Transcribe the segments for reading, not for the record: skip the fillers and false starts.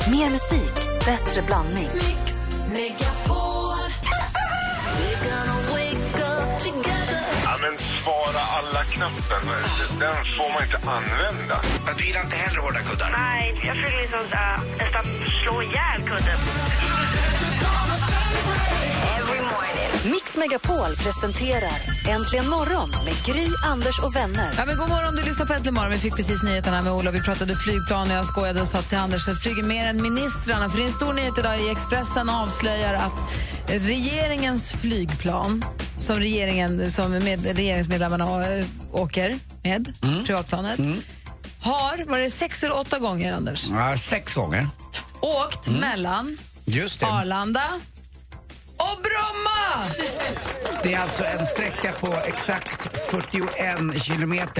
Mer musik, bättre blandning. Mix Megapol. Ja, men svara alla-knappen, den får man inte använda. Men du gillar inte heller hårda kuddar? Nej, jag försöker liksom nästan slå ihjäl kudden. Mix Megapol presenterar Äntligen morgon med Gry, Anders och vänner. Ja, men god morgon, du lyssnar på Äntligen morgon. Vi fick precis nyheterna med Ola. Vi pratade flygplan och jag skojade och sa till Anders att flyger mer än ministrarna. För det är en stor nyhet idag i Expressen avslöjar att regeringens flygplan som regeringsmedlemmarna åker med, privatplanet, har, var det 6 eller 8 gånger, Anders? Ja, 6 gånger. Åkt mellan Just det. Arlanda och Bromma! Det är alltså en sträcka på exakt 41 kilometer,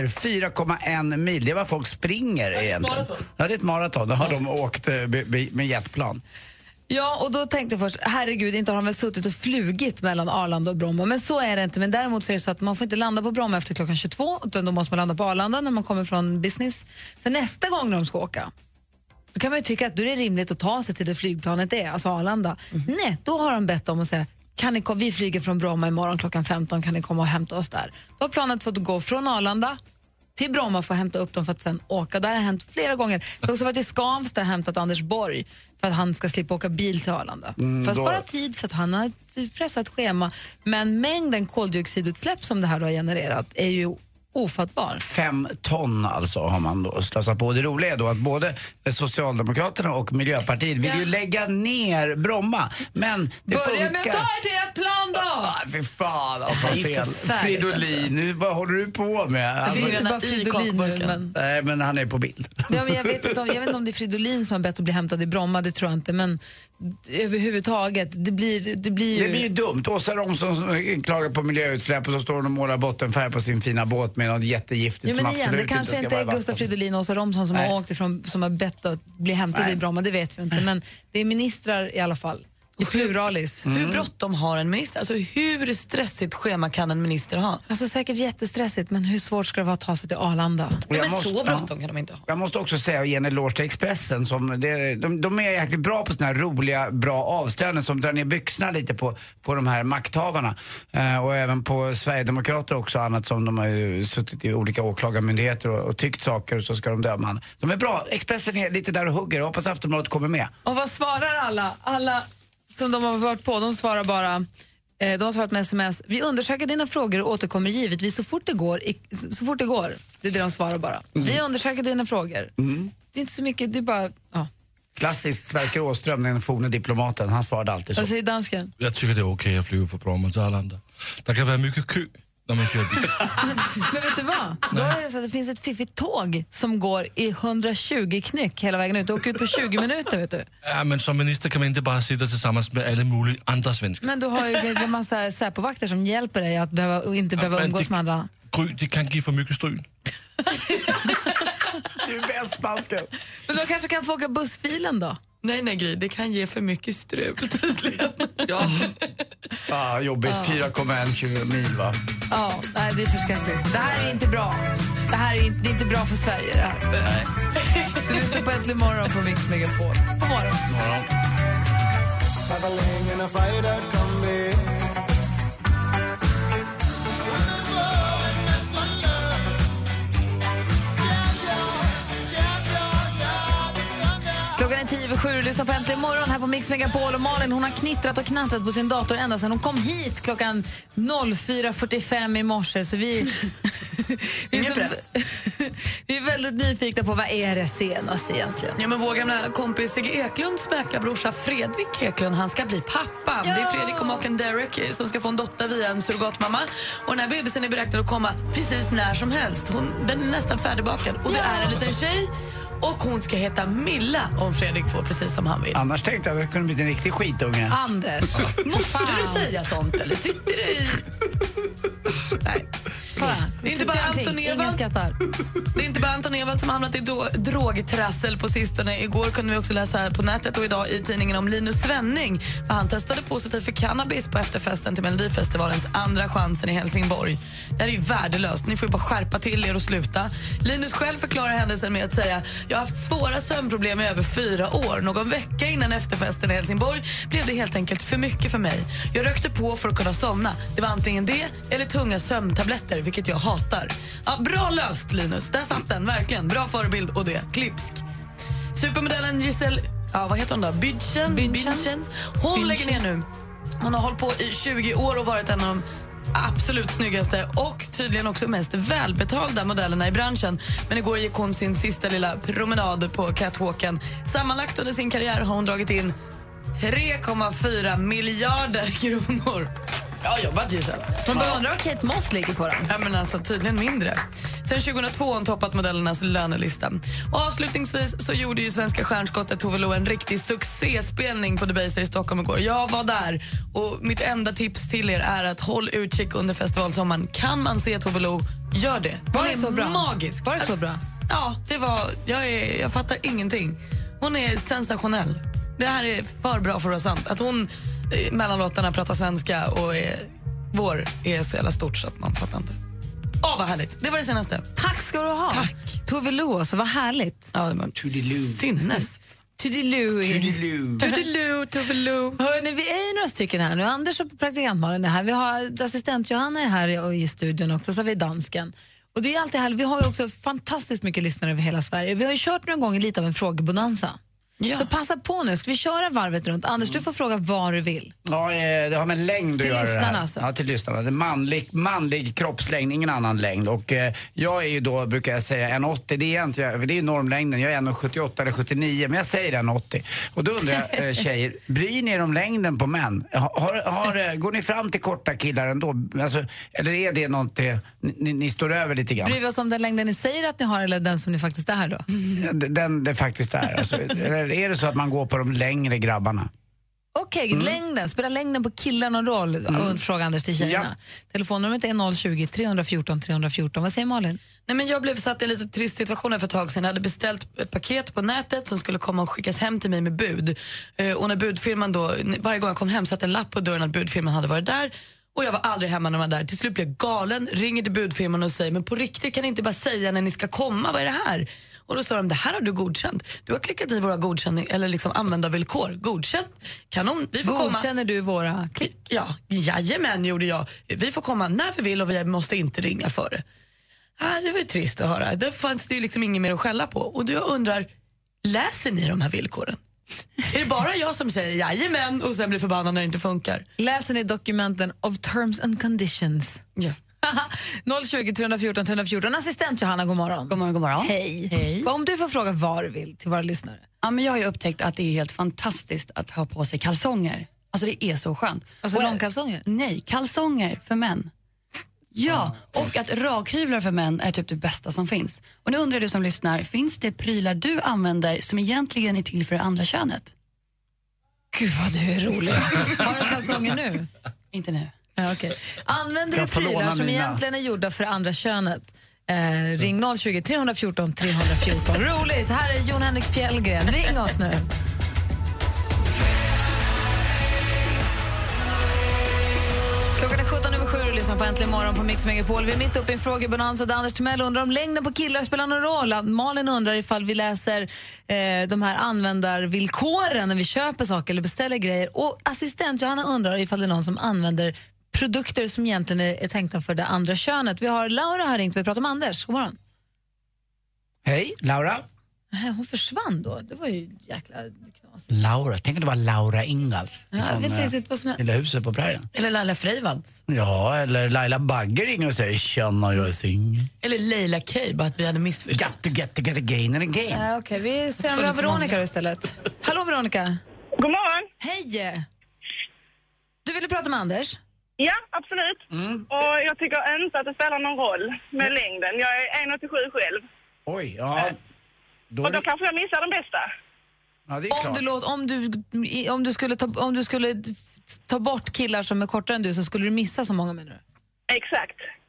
4,1 mil. Det är vad folk springer egentligen. Ja, det är ett maraton. Då har de åkt med jetplan. Ja, och då tänkte jag först, herregud, inte har de väl suttit och flugit mellan Arlanda och Bromma. Men så är det inte. Men däremot så är det så att man får inte landa på Bromma efter klockan 22, utan då måste man landa på Arlanda när man kommer från business. Sen nästa gång när de ska åka, då kan man ju tycka att då är det rimligt att ta sig till det flygplanet är, alltså Arlanda. Nej, då har de bett om att säga, vi flyger från Bromma imorgon klockan 15, kan ni komma och hämta oss där? Då har planet fått gå från Arlanda till Bromma för att hämta upp dem för att sen åka. Det har hänt flera gånger. Det har också varit i Skavsta hämtat Anders Borg för att han ska slippa åka bil till Arlanda. För att spara tid, för att han har ett pressat schema. Men mängden koldioxidutsläpp som det här har genererat är ju ofattbar. 5 ton alltså har man då slösat på. Det roliga är då att både Socialdemokraterna och Miljöpartiet vill ju lägga ner Bromma. Men det börja med att ta er till ett plan då! Fy fan, alltså fel. Fridolin, nu, vad håller du på med? Alltså, det är inte bara Fridolin nu, men... Nej, men han är på bild. Ja, men jag vet inte om det är Fridolin som har bett att bli hämtad i Bromma, det tror jag inte, men överhuvudtaget, det blir ju dumt. Åsa Romson som klagar på miljöutsläpp och så står hon och målar bottenfärg på sin fina båt med något jättegiftigt som absolut det inte kanske ska inte vara är vatten. Gustaf Fridolin och Åsa Romson som har åkt ifrån, som har bett att bli hämtad i Bromma, det vet vi inte, men det är ministrar i alla fall. I pluralis. Hur bråttom har en minister? Alltså hur stressigt schema kan en minister ha? Alltså säkert jättestressigt, men hur svårt ska det vara att ta sig till Arlanda? Men så bråttom kan de inte ha. Jag måste också säga och ge en eloge till Expressen som de är jäkligt bra på såna här roliga, bra avslöjanden som drar ner byxorna lite på de här makthavarna. Och även på Sverigedemokrater också, annat som de har ju suttit i olika åklagarmyndigheter och tyckt saker och så ska de döma. De är bra. Expressen är lite där och hugger. Jag hoppas Aftonbladet kommer med. Och vad svarar alla som de har varit på? De svarar bara, de har svarat med sms. Vi undersöker dina frågor och återkommer givetvis så fort det går. Det är det de svarar bara. Vi undersöker dina frågor. Det är inte så mycket, det är bara... Ja. Klassiskt Sverker Åström, den forne diplomaten, han svarade alltid så. Vad säger dansken? Jag tycker det är okej att flyga från Bromma till Arlanda. Det kan vara mycket kö när man kör bil. Men vet du vad? Då är det så att det finns ett fiffigt tåg som går i 120 knyck hela vägen ut. Det åker ut på 20 minuter, vet du. Ja, men som minister kan man inte bara sitta tillsammans med alla möjliga andra svenskar. Men du har ju en massa säpovakter som hjälper dig att inte behöva umgås med andra. Gry, det kan ge för mycket stryn. Det är bäst, dansken. Men då kanske kan få åka bussfilen då? Nej Gry, det kan ge för mycket strul tydligen. Ja, jobbigt. 4,1 mil va? Ja, nej, det är förskräckligt. Det här är inte bra. Det är inte bra för Sverige det här. Nej. Du lyssnar på Äntligen morgon på Mix Megapol. God morgon. Klockan är 10:07 och lyssnar på Äntligen morgon här på Mix Megapol. Och Malin, hon har knittrat och knattrat på sin dator ända sedan hon kom hit klockan 04:45 i morse. Så vi är väldigt nyfikna på vad är det senaste egentligen. Ja, men vår gamla kompis Sigge Eklunds mäklarbrorsa Fredrik Eklund, han ska bli pappa. Ja. Det är Fredrik och maken Derek som ska få en dotter via en surrogatmamma. Och den här bebisen är beräknad att komma precis när som helst. Den är nästan färdigbakad. Och det är en liten tjej. Och hon ska heta Milla om Fredrik får precis som han vill. Annars tänkte jag att det kunde bli en riktig skitunge. Anders, måste du säga sånt eller sitter det i... Nej. Kolla. Det är inte bara Anton Ewald. Ingen skrattar. Det är inte bara Anton Ewald som har hamnat i drogtrassel på sistone. Igår kunde vi också läsa på nätet och idag i tidningen om Linus Svenning. För han testade positivt för cannabis på efterfesten till Melodifestivalens andra chansen i Helsingborg. Det här är ju värdelöst. Ni får ju bara skärpa till er och sluta. Linus själv förklarar händelsen med att säga: jag har haft svåra sömnproblem i över 4 år. Någon vecka innan efterfesten i Helsingborg blev det helt enkelt för mycket för mig. Jag rökte på för att kunna somna. Det var antingen det eller tunga sömntabletter, vilket jag hatar. Ja, bra löst, Linus. Där satt den, verkligen. Bra förebild och det. Klipsk. Supermodellen Giselle, vad heter hon då? Bündchen. Hon lägger ner nu. Hon har hållit på i 20 år och varit en av de absolut snyggaste och tydligen också mest välbetalda modellerna i branschen. Men igår gick hon sin sista lilla promenad på catwalken. Sammanlagt under sin karriär har hon dragit in 3,4 miljarder kronor. Ja, jobbat Giselle. Man bara undrar vad Kate Moss ligger på den. Ja, men alltså tydligen mindre. Sen 2002 har hon toppat modellernas lönelista. Och avslutningsvis så gjorde ju svenska stjärnskottet Tove Lo en riktig succéspelning på Debaser i Stockholm igår. Jag var där och mitt enda tips till er är att håll utkik under festivalsommaren. Kan man se Tove Lo, gör det. Hon var det är så bra? Magisk. Var det så bra? Ja, det var... Jag fattar ingenting. Hon är sensationell. Det här är för bra för att vara sant. Att hon mellan låtarna pratar svenska och är så jävla stort så att man fattar inte. Vad härligt. Det var det senaste. Tack ska du ha. Tack. Tove Lo, så vad härligt. Ja, men sinnes. Toodiloo, Tove Lo. Hörrni, vi är ju några stycken här nu. Anders och praktikant Malin är här. Vi har assistent Johanna är här och i studion också. Så har vi dansken. Och det är alltid härligt. Vi har ju också fantastiskt mycket lyssnare över hela Sverige. Vi har ju kört några gånger lite av en frågebonanza. Ja. Så passa på nu, ska vi köra varvet runt. Anders, du får fråga vad du vill. Ja, det har med längd att göra. Till lyssnarna alltså? Ja, till lyssnarna. Det är manlig kroppslängd, ingen annan längd. Och jag är ju då, brukar jag säga, 1,80. Det är normlängden. Jag är 1,78 eller 79, men jag säger 1,80. Och då undrar jag, tjejer, bryr ni er om längden på män? Går ni fram till korta killar ändå? Alltså, eller är det något ni står över lite grann? Bryr vi oss om den längden ni säger att ni har eller den som ni faktiskt är här då? Den det faktiskt är. Alltså, är det så att man går på de längre grabbarna? Okej, längden. Spelar längden på killar någon roll? Fråga Anders till tjejerna. Ja. Telefonnumret är 020 314 314. Vad säger Malin? Nej, men jag blev satt i en lite trist situation för ett tag sedan. Jag hade beställt ett paket på nätet som skulle komma och skickas hem till mig med bud. Och när budfirman då, varje gång jag kom hem satt en lapp på dörren att budfirman hade varit där. Och jag var aldrig hemma när man var där. Till slut blev jag galen, ringer till budfirman och säger: men på riktigt, kan ni inte bara säga när ni ska komma? Vad är det här? Och då sa de: det här har du godkänt. Du har klickat i våra godkänning eller liksom användarvillkor. Godkänt. Kanon. Vi får Godkänner du våra klick? Ja, jajamän gjorde jag. Vi får komma när vi vill och vi måste inte ringa före. Det var ju trist att höra. Det fanns det ju liksom inget mer att skälla på. Och då jag undrar, läser ni de här villkoren? Är det bara jag som säger jajamän och sen blir förbannad när det inte funkar? Läser ni dokumenten of terms and conditions? Ja. 020 314 314. Assistent Johanna, god morgon. God morgon, god morgon. Hej. Om du får fråga vad du vill till våra lyssnare. Ja, men jag har ju upptäckt att det är helt fantastiskt att ha på sig kalsonger. Alltså det är så skönt. Alltså långkalsonger? Nej, kalsonger för män. Ja, och att rakhyvlar för män är typ det bästa som finns. Och nu undrar du som lyssnar, finns det prylar du använder som egentligen är till för det andra könet? Gud vad du är rolig. Har du kalsonger nu? Inte nu. Ja, okay. Använder du prylar som egentligen är gjorda för andra könet? Ring 020 314 314. Roligt, här är Jon Henrik Fjällgren. Ring oss nu. Klockan är 17:07 och lyssnar på Äntligen morgon på Mix Megapol. Vi är mitt uppe i en frågebonanza där Anders Timell undrar om längden på killar spelar någon roll. Malin undrar ifall vi läser de här användarvillkoren när vi köper saker eller beställer grejer. Och assistent Johanna undrar ifall det är någon som använder produkter som egentligen är tänkta för det andra könet. Vi har Laura här ringt, vi pratar med Anders. God morgon. Hej, Laura. Hon försvann då. Det var ju jäkla knas. Laura, tänk att det var Laura Ingalls. Ja, jag vet inte riktigt vad som är. Lilla huset på prärien. Eller Laila Freivalds. Ja, eller Laila Bagger ringer och säger tjena, jag är singel. Eller Leila Kay, bara att vi hade missförstått. Got to get a gain and a game. Ja, okej, vi ser om vi har Veronica istället. Hallå Veronica. God morgon. Hej. Du ville prata med Anders? Ja, absolut. Och jag tycker inte att det spelar någon roll med längden. Jag är 1,87 själv. Oj, ja. Och då kanske jag missar den bästa. Ja, det är klart. Om du skulle ta bort killar som är kortare än du så skulle du missa så många, menar du? Exakt.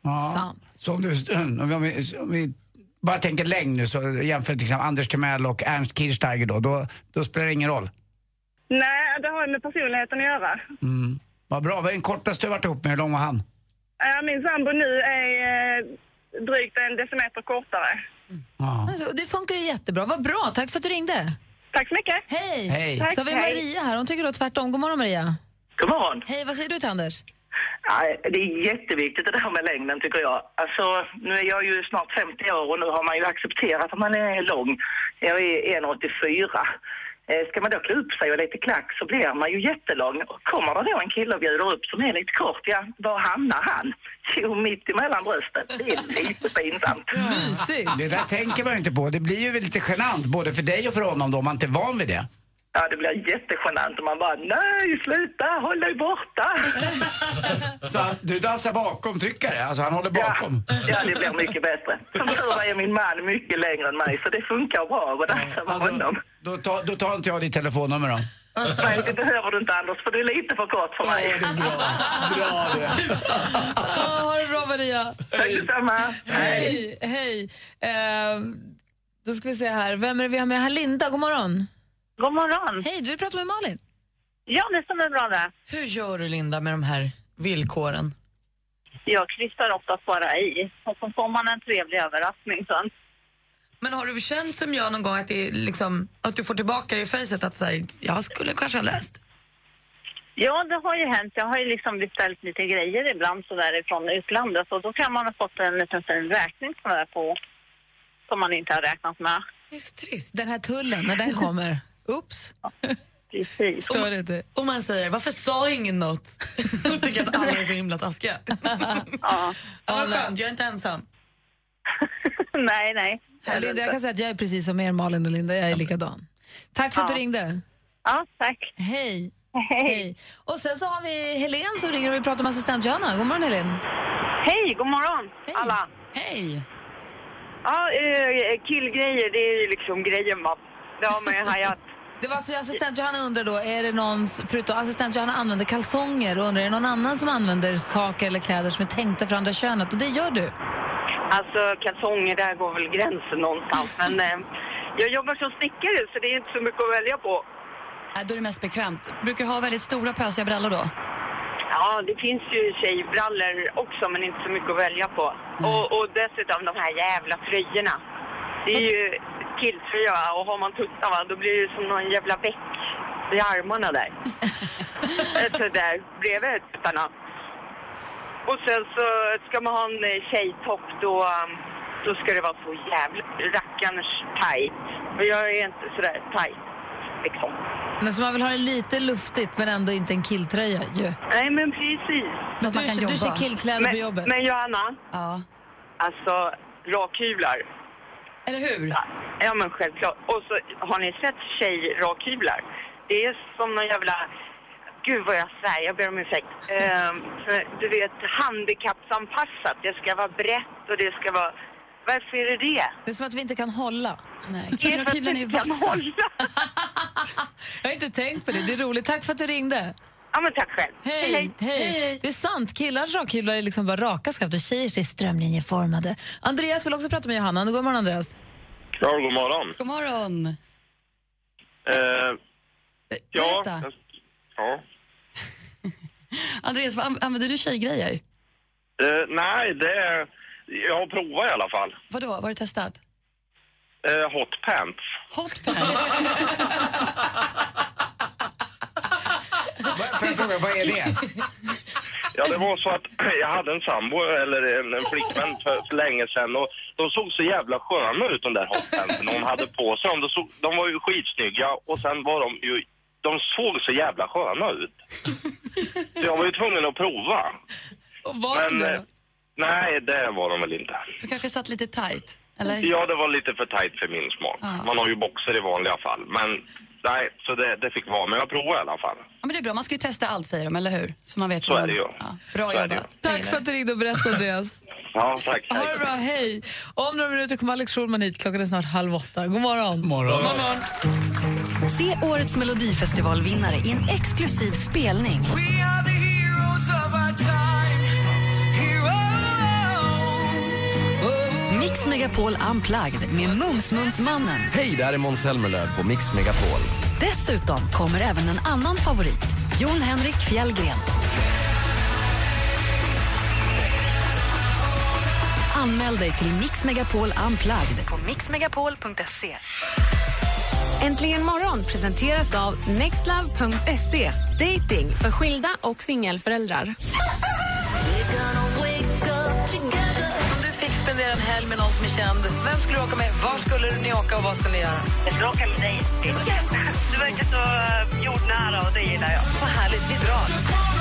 Ja. Sant. Så om vi bara tänker längd nu, så jämför till exempel Anders Timell och Ernst Kirchsteiger då spelar det ingen roll. Nej, det har ju med personligheten att göra. Vad bra. Vad är den kortaste du varit ihop med? Hur lång var han? Min sambo nu är drygt 1 decimeter kortare. Alltså, det funkar ju jättebra. Vad bra. Tack för att du ringde. Tack så mycket. Hej. Hej. Tack, Så har vi Maria här. Hon tycker då tvärtom. God morgon, Maria. God morgon. Hej, vad säger du till Anders? Nej, det är jätteviktigt det här med längden tycker jag. Alltså, nu är jag ju snart 50 år och nu har man ju accepterat att man är lång. Jag är 1,84. Ska man då klä upp sig och lite klack så blir man ju jättelång. Och kommer det då en kille och bjuder upp som är lite kort, ja, var hamnar han? Jo, mitt emellan bröstet. Det är lite pinsamt. Det där tänker man ju inte på. Det blir ju lite genant både för dig och för honom då, om man inte är van vid det. Ja, det blir jättegenant och man bara, nej, sluta, håll dig borta. Så du dansar bakom tryckare, alltså han håller bakom. Ja, det blir mycket bättre. Som tur är min man mycket längre än mig, så det funkar bra att dansa med honom. Då tar inte jag ditt telefonnummer då. Nej, det behöver du inte, Anders, för det är lite för kort för mig. Det är bra det. Ha det bra, Maria. Tack detsamma. Hej. Då ska vi se här. Vem är det vi har med? Här, Linda, god morgon. God morgon. Hej, du pratar med Malin. Ja, det stämmer bra det. Hur gör du, Linda, med de här villkoren? Jag kryssar oftast bara i. Och så får man en trevlig överraskning sen. Men har du känt som jag någon gång att det är liksom, att du får tillbaka det i fejset att säga, jag skulle kanske ha läst? Ja, det har ju hänt. Jag har ju liksom beställt lite grejer ibland så där ifrån utlandet. Och då kan man ha fått en liten fin räkning så där på som man inte har räknat med. Det är så trist. Den här tullen, när den kommer. Ups. Precis. Står det inte. Och man säger, varför sa ingen något? Jag tycker att alla är så himla taskiga. Ja. Vad skönt, jag är inte ensam. Nej. Linda, jag kan säga att jag är precis som er, Malin och Linda. Jag är likadan. Tack för att du ringde. Ja, tack. Hej. Och sen så har vi Helen som ringer och vi pratar med assistent Johanna. God morgon, Helen. Hej, god morgon alla. Hej. Ja, killgrejer, det är ju liksom grejen va. Det har man ju hajat. Det var så assistent Johanna undrar då, är det någon, förutom assistent Johanna använder kalsonger, och undrar är det någon annan som använder saker eller kläder som är tänkta för andra könet? Och det gör du. Alltså kalsonger, där går väl gränsen någonstans. Men jag jobbar som snickare så det är inte så mycket att välja på. Då är det mest bekvämt. Brukar du ha väldigt stora pösiga brallor då? Ja, det finns ju tjejbrallor också men inte så mycket att välja på. Och dessutom de här jävla tröjorna. Det är ju killtröja och har man tuttar va, då blir det som någon jävla bäck i armarna där. Så där bredvid tuttarna. Och sen så ska man ha en tjejtopp då ska det vara så jävla rackarns tight. Och jag är inte sådär tight liksom. Men så man vill ha det lite luftigt men ändå inte en killtröja ju. Nej men precis. Så du ser killkläder på jobbet. Men Johanna, Ja. alltså rakhyvlar. Eller hur? Ja men självklart. Och så har ni sett tjejrakhyvlar? Det är som någon jävla... Gud vad jag säger, jag ber om ursäkt. Du vet, handikappsanpassat. Det ska vara brett och det ska vara... Varför är det det? Det är som att vi inte kan hålla. Nej, killrakhyvlarna är ju vassa. Jag har inte tänkt på det, det är roligt. Tack för att du ringde. Ja men tack själv. Hej. Det är sant, killars rakhyvlar är liksom bara raka skaft och tjejers är strömlinjeformade. Andreas vill också prata med Johanna. God morgon Andreas. Ja, god morgon. God morgon. Ja. Berätta. Ja. Andreas, använder du tjejgrejer? Nej, jag har provat i alla fall. Vadå? Vad har du testat? Hot pants. Hot pants? Får jag fråga, vad är det? Ja, det var så att jag hade en sambo eller en flickvän för länge sedan och de såg så jävla sköna ut de där hotpantsen hon hade på sig. De var ju skitsnygga och sen var de såg så jävla sköna ut. Så jag var ju tvungen att prova. Och var det? Nej, det var de väl inte. Du kanske satt lite tight, eller? Ja, det var lite för tight för min smak. Man har ju boxer i vanliga fall, men... Nej, så det fick vara, men jag provar i alla fall. Ja, men det är bra, man ska ju testa allt säger de, eller hur? Så man vet så är det ju. Ja, bra jobbat. Tack för att du ringde och berättade, Andreas. Ja, tack. Ha det bra, hej. Om några minuter kommer Alex Schulman hit, klockan är snart 7:30. God morgon. Morgon. Se årets Melodifestivalvinnare i en exklusiv spelning. Mix Megapol Unplugged med Mums-Mums-mannen. Hej, det här är Måns Zelmerlöw på Mix Megapol. Dessutom kommer även en annan favorit, Jon Henrik Fjällgren. Anmäl dig till Mix Megapol Unplugged på mixmegapol.se. Äntligen morgon presenteras av nextlove.se. Dating för skilda och singelföräldrar. Om du fick spendera en helg med någon som är känd, vem skulle du åka med? Var skulle ni åka och vad skulle ni göra? Jag skulle åka med dig. Yes. Du verkar så jordnära och det gillar jag. Vad härligt, vi drar.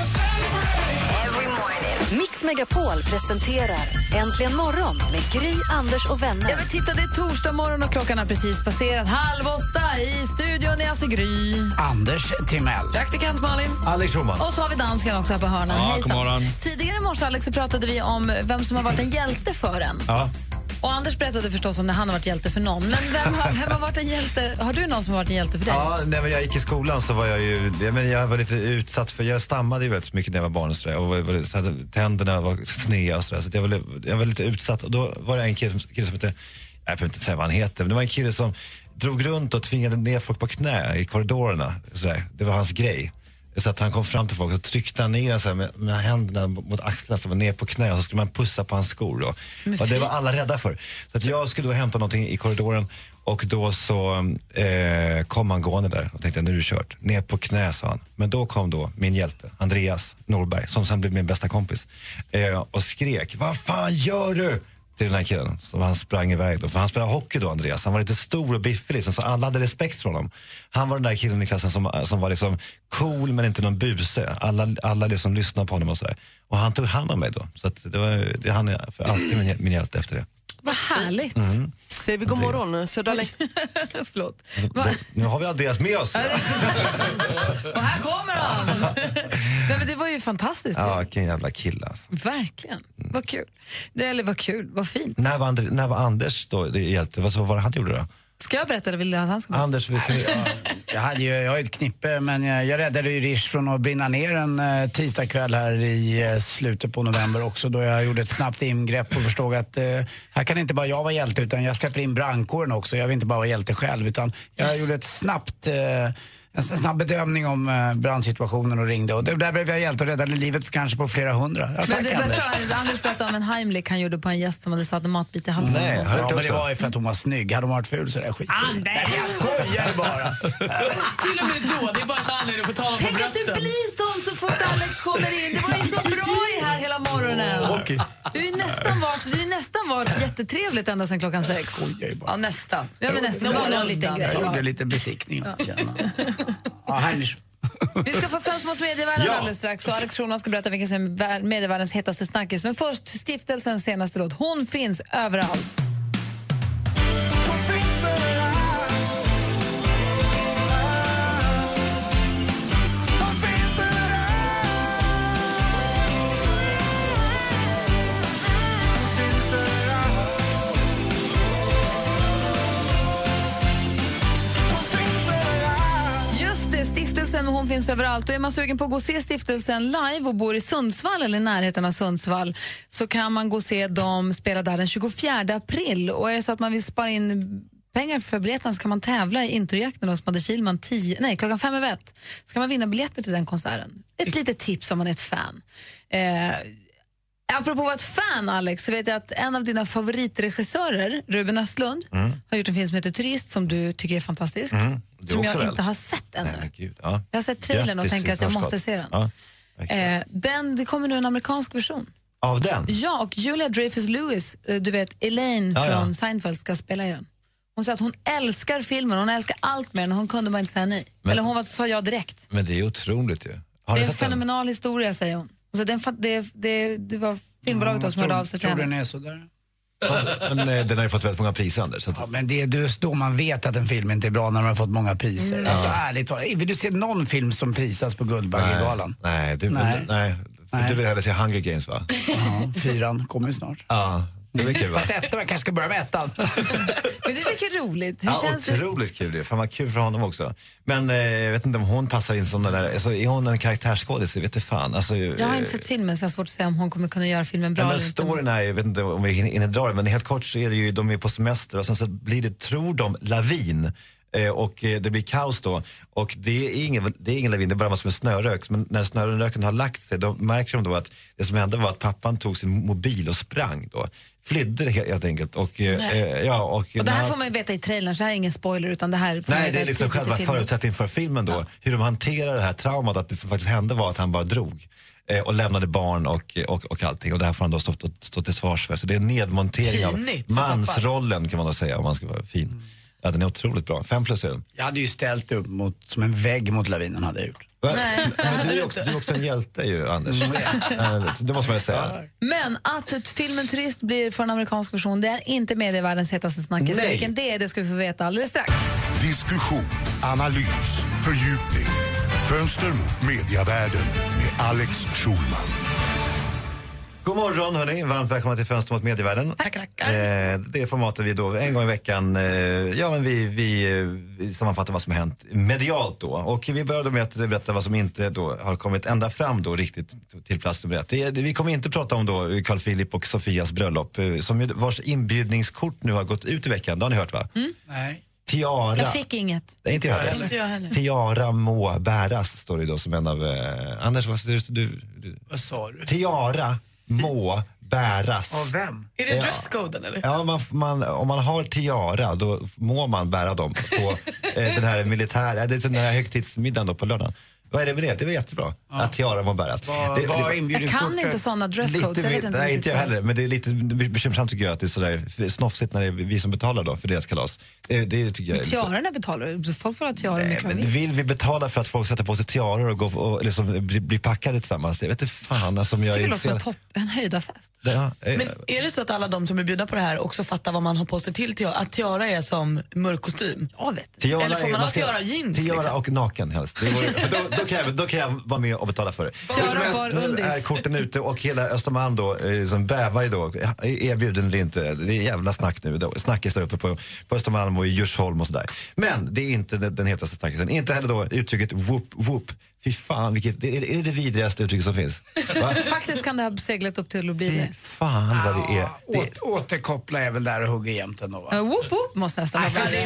Mix Megapol presenterar Äntligen morgon med Gry, Anders och vänner. Jag vill titta, det är torsdag morgon och klockan har precis passerat 7:30. I studion är alltså Gry, Anders Timell, praktikant Malin, Alex Roman. och så har vi dansken också här på hörnan. Ja, god morgon. Tidigare i morse, Alex, så pratade vi om vem som har varit en hjälte för en. Ja. Och Anders berättade förstås om när han har varit hjälte för någon. Men vem har varit en hjälte? Har du någon som har varit en hjälte för dig? Ja, när jag gick i skolan så var jag var lite utsatt för, jag stammade ju väldigt mycket när jag var barn och så där, och så hade, tänderna var sneda och så där, så jag var lite utsatt, och då var det en kille som hette, jag får inte säga vad han heter, men det var en kille som drog runt och tvingade ner folk på knä i korridorerna så där. Det var hans grej. Så att han kom fram till folk och tryckte han ner så här med händerna mot axlarna, så var ner på knä, och så skulle man pussa på hans skor då. Och det var alla rädda för. Så att jag skulle då hämta någonting i korridoren, och då så kom han gående där och tänkte, nu är det kört. Ner på knä, sa han. Men då kom då min hjälte, Andreas Norberg, som sen blev min bästa kompis, och skrek, vad fan gör du? Till den här killen, så han sprang iväg då. För han spelade hockey då, Andreas. Han var lite stor och biffig liksom, så alla hade respekt för honom. Han var den där killen i klassen som var liksom cool men inte någon buse. Alla liksom lyssnade på honom och sådär. Och han tog hand om mig då. Så att han är för alltid min hjälte efter det. Vad härligt. Säger vi god morgon, Söderläng. Förlåt. Nu har vi Andreas med oss. Och här kommer han. Nej, men det var ju fantastiskt. Ja, vilken jävla kille alltså. Verkligen. Vad kul. Vad kul, vad fint. När var Anders då det hjälte? Vad var det han gjorde då? Ska jag berätta eller vill du att han ska berätta? Anders, jag har ju ett knippe, men jag räddade ju Rish från att brinna ner en tisdagkväll här i slutet på november också, då jag gjorde ett snabbt ingrepp och förstod att här kan inte bara jag vara hjälte, utan jag släpper in brandkåren också. Jag vill inte bara vara hjälte själv, utan jag gjorde en snabb bedömning om brandsituationen och ringde. Och där blev jag hjälte och räddade livet kanske på flera hundra. Men det bästa Anders berättade om en Heimlich han gjorde på en gäst som hade satt en matbit i halsen. Nej, men det var ju för att hon var snygg. Hade hon varit ful så där skit. Anders! Jag skojar bara. Till och med då, det är bara ett anledning att få tala på Tänk att du brösten. blir sån så fort Alex kommer in. Det var ju så bra i här hela morgonen. Okay. Du är nästan varit jättetrevligt ända sedan klockan 6. Skojar ju bara. Ja, nästan. Ja, men nästan. Det var någon liten grej. Jag gjorde lite besiktning. Ja, Heinrich. Vi ska få fönster mot medievärlden alldeles strax. Och Alex Schulman ska berätta vilken som är medievärldens hetaste snackis. Men först stiftelsens senaste låt. Hon finns överallt. Stiftelsen, hon finns överallt. Och är man sugen på att gå och se stiftelsen live och bor i Sundsvall eller i närheten av Sundsvall, så kan man gå och se dem spela där den 24 april. Och är det så att man vill spara in pengar för biljetten, så kan man tävla i introjakten hos Madde Kihlman klockan 5:01. Ska man vinna biljetter till den konserten. Ett litet tips om man är ett fan. Apropå att vara ett fan, Alex, så vet jag att en av dina favoritregissörer, Ruben Östlund, har gjort en film som heter Turist, som du tycker är fantastisk. Som jag inte har sett ännu. Nej, Gud, ja. Jag har sett trailern och tänker att jag måste se den. Ja, det kommer nu en amerikansk version. av den? Ja, och Julia Dreyfus-Lewis, du vet, Elaine från Seinfeld ska spela i den. Hon sa att hon älskar filmen, hon älskar allt med den, hon kunde bara inte säga nej. Eller hon sa ja direkt. Men det är otroligt ju. Det är en fenomenal historia, säger hon. Och så det var filmbolaget då som hörde av sig till henne. Tror den är så där? Men den har ju fått väldigt många priser, Anders. Så att... Ja, men det är just då man vet att en film inte är bra, när man har fått många priser. Alltså ärligt talat, vill du se någon film som prisas på Guldbaggegalan? Nej. Du vill hellre se Hunger Games, va? Ja, 4 kommer ju snart. Ja. Det är kul, va? Fast ettan, man kanske ska börja med ettan. Men det är mycket roligt. Hur känns det? Otroligt kul det. Fan vad kul för honom också. Men jag vet inte om hon passar in som den där, alltså, är hon en karaktärsskådis? Jag vet inte fan. Alltså, jag har inte sett filmen så jag har svårt att säga om hon kommer kunna göra filmen bra. Men storyn är, jag vet inte om vi hinner dra det, men helt kort så är det ju, de är på semester och sen så blir det, tror de, lavin. Och det blir kaos då. Och det är ingen lavin, det är bara massor med snörök. Men när snöröken har lagt sig, då märker de då att det som hände var att pappan tog sin mobil och sprang då. Flydde helt enkelt. Och det här får man ju veta i trailern, så här är ingen spoiler utan det här... Nej, det är liksom själva förutsättningen för filmen då. Ja. Hur de hanterar det här traumat, att det som faktiskt hände var att han bara drog. Och lämnade barn och allting. Och det här får han då stå till svars för. Så det är en nedmontering av mansrollen, kan man då säga, om man ska vara fin. Ja, den är otroligt bra. 5+ är den. Jag hade ju ställt upp som en vägg mot lavinen hade jag gjort. Men du är också en hjälte ju, Anders. Det måste man ju säga. Men att filmen Turist blir för en amerikansk version, det är inte medievärldens hetaste snackis. Vilken det ska vi få veta alldeles strax. Diskussion, analys, fördjupning. Fönster mot medievärlden med Alex Schulman. God morgon hörni, varmt välkomna till Fönster mot medievärlden. Tackar. Det är formatet vi då en gång i veckan, vi sammanfattar vad som har hänt medialt då. Och vi började med att berätta vad som inte då har kommit ända fram då riktigt till plats och berätta. Vi kommer inte prata om då Carl Philip och Sofias bröllop, vars inbjudningskort nu har gått ut i veckan. Det har ni hört, va? Nej. Tiara. Jag fick inget. Det är inte jag heller. Inte jag heller. Tiara må bäras, står det då som en av... Anders, vad sa du? Tiara må bäras. Av vem? Är det dresscoden eller? Ja, om man har tiara, då må man bära dem på den här militära, det är den här högtidsmiddagen då på lördagen. Vad är det med det? Det är jättebra att tiara må bäras. Jag kan inte sådana dresscodes. Nej, inte jag heller. Men det är lite bekymmersamt tycker jag att det är sådär snofsigt när det är vi som betalar då för deras kalas. Det tycker jag är tiarorna betalar. Folk får ha tiaror men vill vi betala för att folk sätter på sig tiaror och går och liksom blir packade tillsammans? Jag vet inte fan. Alltså, jag tycker det låter en höjdarfest. Ja, men är det så att alla de som är bjudna på det här också fattar vad man har på sig till tiara? Att tiara är som mörk kostym? Ja, vet. Tiara eller får man ha tiara jeans? Tiara liksom? Och naken helst. Då kan jag vara med och betala för det. Nu är korten ute och hela Östermalm då som bävar ju då. Erbjuden eller inte. Det är jävla snack nu. Snackis där uppe på Östermalm och i Djursholm och sådär. Men det är inte den hetaste snackisen. Inte heller då uttrycket whoop whoop. Fy fan, är det vidrigaste uttrycket som finns? Va? Faktiskt kan det ha seglat upp till att bli det. Fan vad det är. Återkoppla är väl där och hugga jämt ändå, va? Whoop whoop måste nästan vara det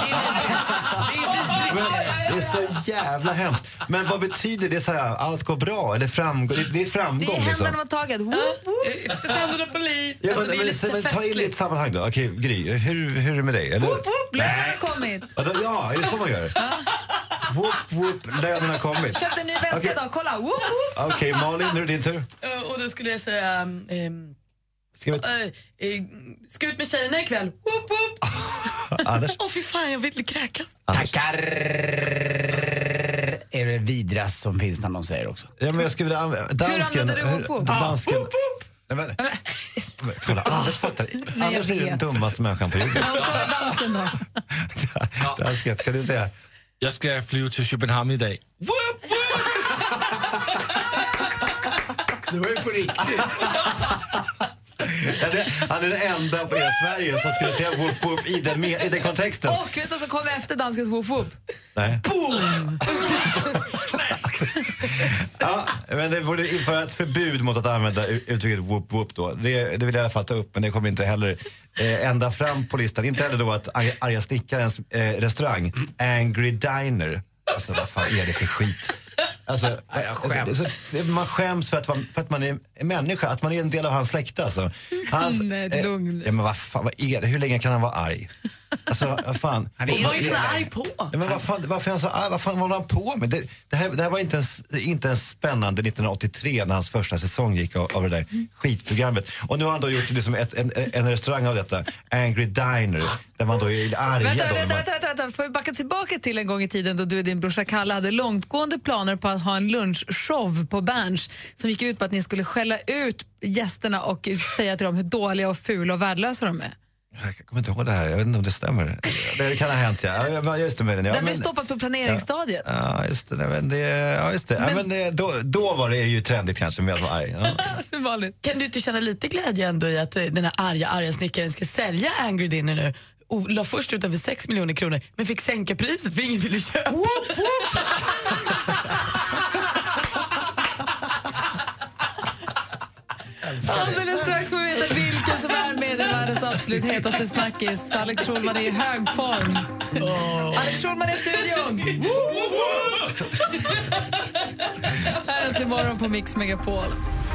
är så jävla hemskt. Men vad betyder det så här, allt går bra eller framgång? Det är framgång. Det är händerna man taget. Whoop whoop. It's the sound of the police. Ja, alltså, men ta in lite sammanhang då. Okej, Gry, hur är det med dig? Eller? Whoop whoop, lönen har kommit. Ja, är det så man gör? Whoop whoop, lönen har kommit. Köpte en ny väska idag, kolla. Whoop whoop. Okej, Malin, nu är det din tur. Och då skulle jag säga ska ut med tjejerna ikväll. Whoop whoop. Anders? Fy fan, jag vill kräkas. Tackar. Är det vidrast som finns när någon säger också? Ja, men jag skulle vilja dansken. Hur använder du whoop whoop? Dansken. Nej, kolla, Anders fattar. Anders är den dummaste människan på jorden. Dansken då. Dansken, kan du säga? Jag ska flyga till Köpenhamn idag. Whoop whoop. Det var ju på riktigt. Han är den enda i Sverige som skulle säga whoop whoop i den kontexten. Och vet du som kommer efter danskens whoop whoop? Nej. Boom! Ja, men det borde införa ett förbud mot att använda uttrycket whoop whoop då. Det vill jag i alla fall ta upp, men det kommer inte heller ända fram på listan. Inte heller då att Arga snickarens restaurang Angry Diner. Alltså vad fan är det för skit? Alltså, jag skäms. Man skäms för att man är en människa, att man är en del av hans släkt alltså. Lugn. Ja, men vad är det? Hur länge kan han vara arg? Alltså, vad fan. Vad är han arg på? Ja, men varför är han så arg? Vad fan håller han på med? Det här var inte ens spännande 1983 när hans första säsong gick av det där skitprogrammet. Och nu har han då gjort liksom en restaurang av detta, Angry Diner, där man då är arga. Vänta. Får vi backa tillbaka till en gång i tiden då du och din brorsa Kalle hade långtgående planer på att ha en lunchshow på Berns som gick ut på att ni skulle skälla ut gästerna och säga till dem hur dåliga och fula och värdelösa de är. Jag kommer inte ihåg det här, jag vet inte om det stämmer. Det kan ha hänt, ja. Just det, med den. Ja, den blir stoppat på planeringsstadiet. Ja, just det. Men då var det ju trendigt kanske med att vara arg. Ja. Kan du inte känna lite glädje ändå i att den här arga snickaren ska sälja Angry Dinner nu? Och la först ut över 6 miljoner kronor, men fick sänka priset för ingen ville köpa. Alldeles strax får vi veta vilken som är medievärldens absolut hetaste snackis. Alex Schulman är i hög form. Alex Schulman är i studion. Här är till morgon på Mix Megapol.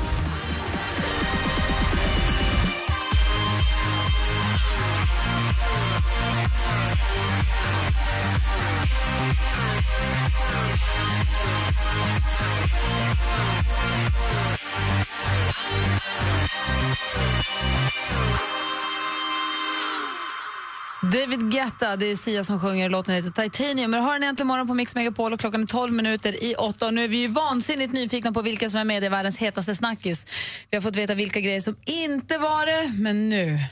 David Guetta, det är Sia som sjunger, låten heter Titanium. Men har den äntligen morgon på Mix Megapol och klockan är 12:12. Och nu är vi ju vansinnigt nyfikna på vilka som är medievärldens hetaste snackis. Vi har fått veta vilka grejer som inte var det, men nu...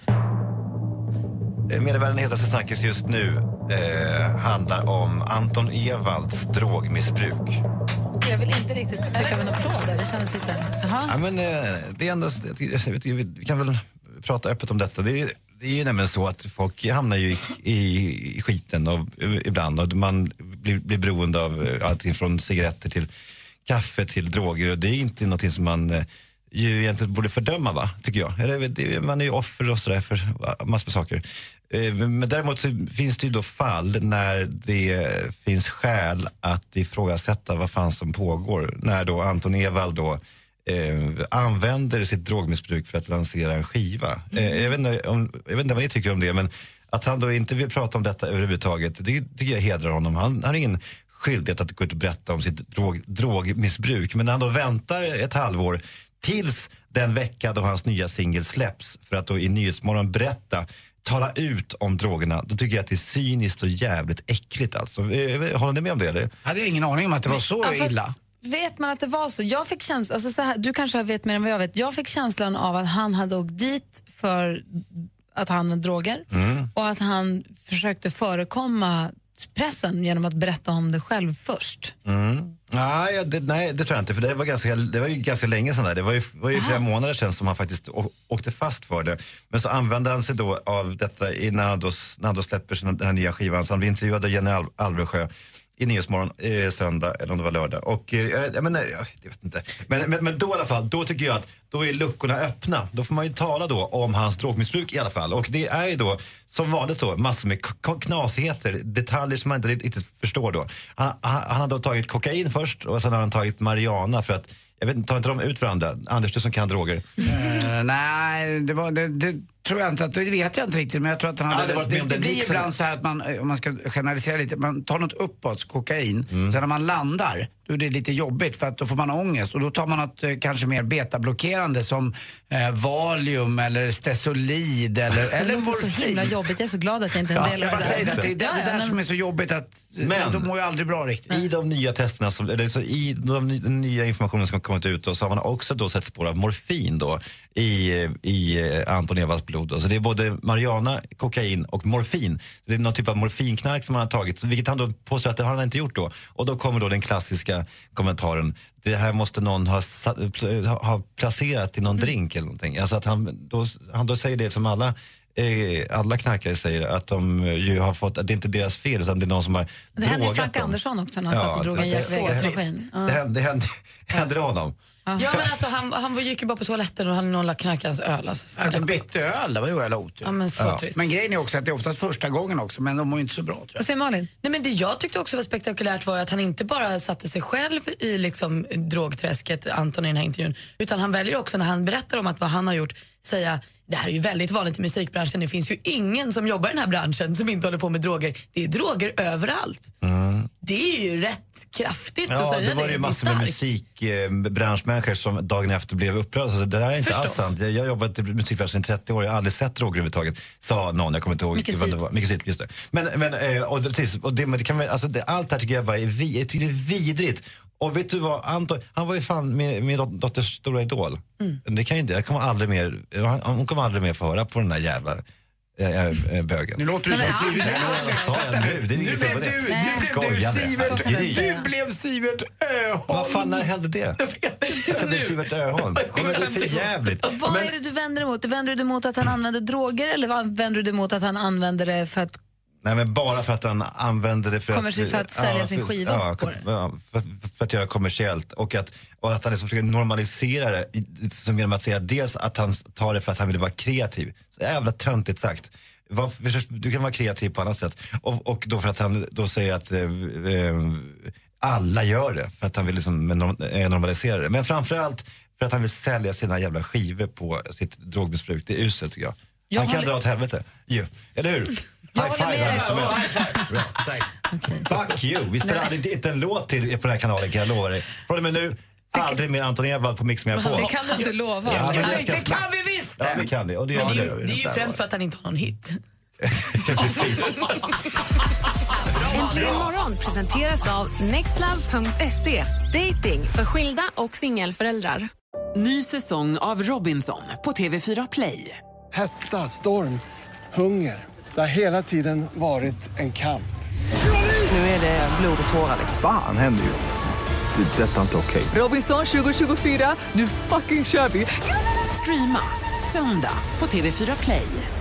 Medievärldens hetaste snackis just nu handlar om Anton Ewalds drogmissbruk. Jag vill inte riktigt trycka av en applåd där, det känns lite... Ja, men det är ändå... Vi kan väl prata öppet om detta. Det är ju nämligen så att folk hamnar ju i skiten ibland och man blir beroende av allting från cigaretter till kaffe till droger, och det är inte någonting som man ju egentligen borde fördöma, va, tycker jag. Man är ju offer och sådär för massor av saker. Men däremot så finns det ju då fall när det finns skäl att ifrågasätta vad fan som pågår. När då Anton Ewald då använder sitt drogmissbruk för att lansera en skiva. Jag vet inte vad ni tycker om det, men att han då inte vill prata om detta överhuvudtaget, det tycker jag hedrar honom. Han har ingen skyldighet att gå ut och berätta om sitt drogmissbruk, men när han då väntar ett halvår tills den vecka då hans nya singel släpps för att då i Nyhetsmorgon tala ut om drogerna, då tycker jag att det är cyniskt och jävligt äckligt alltså. Håller ni med om det, eller? Hade jag ingen aning om att det var så illa. Vet man att det var så? Jag fick känslan, alltså så här, du kanske vet mer än vad jag vet. Jag fick känslan av att han hade åkt dit för att han hade droger och att han försökte förekomma pressen genom att berätta om det själv först. Nej, det tror jag inte, för det var ju ganska länge sedan där. Det var ju flera månader sedan som han faktiskt åkte fast för det. Men så använde han sig då av detta när han då släpper den här nya skivan. Så han blev intervjuad av Jenny Alvesjö i Nyhetsmorgon söndag, eller om det var lördag. Och jag vet inte. Men då i alla fall, då tycker jag att då är luckorna öppna. Då får man ju tala då om hans drogmissbruk i alla fall. Och det är ju då, som vanligt då, massor med knasigheter, detaljer som man inte riktigt förstår då. Han har då tagit kokain först och sen har han tagit marijuana för att, jag vet inte, tar inte de ut varandra? Anders, du som kan droger. Nej, det tror jag inte, det vet jag inte riktigt, men jag tror att han hade det blir ibland så här att man, om man ska generalisera lite, man tar något uppåt, kokain, sen när man landar, då är det lite jobbigt för att då får man ångest och då tar man något kanske mer betablockerande som Valium eller Stesolid eller morfin. Så himla jobbigt, jag är så glad att jag inte är en del av det. Det är det där som är så jobbigt att de mår ju aldrig bra riktigt. I de nya testerna, i den nya informationen som har kommit ut då, så har man också då sett spår av morfin då i Anton Ewalds blod. Så det är både marijuana, kokain och morfin. Det är någon typ av morfinknark som han har tagit, vilket han då påstår att det har han inte gjort då. Och då kommer då den klassiska kommentaren: det här måste någon ha placerat i någon drink eller någonting. Alltså att han då säger det som alla knarkare säger, att de ju har fått, att det inte är deras fel utan det är någon som har det hände ju Frank Andersson också när han satt och drog en Vegas-maskin. Det hände honom. Ja, men alltså han gick ju bara på toaletten och han någon knarkade hans öl. Alltså, han bytte öl, det var ju jävla otur. Ja, men så trist. Men grejen är också att det är oftast första gången också, men de mår ju inte så bra, tror jag. Vad säger Malin? Nej, men det jag tyckte också var spektakulärt var att han inte bara satte sig själv i liksom drogträsket, Anton, i den här intervjun, utan han väljer också när han berättar om att vad han har gjort, säga: det här är ju väldigt vanligt i musikbranschen. Det finns ju ingen som jobbar i den här branschen som inte håller på med droger. Det är droger överallt. Det är ju rätt kraftigt att säga det. Ja, det var ju massor med musikbranschmänniskor som dagen efter blev upprörda. Så det där är inte alls sant. Jag har jobbat i musikbranschen i 30 år. Jag har aldrig sett droger överhuvudtaget. Sa någon, jag kommer inte ihåg. Micke Syd, just det. Men allt här tycker jag bara är vidrigt. Och vet du vad, Anton, han var ju fan min dotters stora idol. Det kan ju inte, hon kommer aldrig mer få höra på den där jävla bögen. Nu låter du som Sivert. Du blev Sivert Öholm. Vad fan, när hände det? Jag blev Sivert Öholm. Det är för jävligt. Vad är det du vänder emot? Vänder du dig emot att han använder droger eller vänder du dig emot att han använder det för att... Nej, men bara för att han använder det för att sälja sin skiva på det. För att göra kommersiellt och att han liksom försöker normalisera det som genom att säga dels att han tar det för att han vill vara kreativ. Så jävla töntigt sagt. Du kan vara kreativ på annat sätt. Och då för att han då säger att alla gör det för att han vill liksom normalisera det. Men framförallt för att han vill sälja sina jävla skivor på sitt drogmissbruk. Det är uselt, tycker jag. Han kan dra åt helvete. Eller hur? High five. Fuck you. Vi spelar inte en låt till på den här kanalen, kan jag lova dig. Från och med nu, aldrig mer Anton Ewald på Mix Megapol. Det kan du inte lova. Ja, det kan vi visst. Ja, vi kan det. Och det är ju främst för att han inte har någon hit. Precis. Äntligen morgon presenteras av nextlove.se. Dating för skilda och singelföräldrar. Ny säsong av Robinson på TV4 Play. Hetta, storm, hunger. Det har hela tiden varit en kamp. Nu är det blod och tårar. Fan händer just det. Det är detta inte okej. Robinson 2024, nu fucking kör vi. Streama söndag på TV4 Play.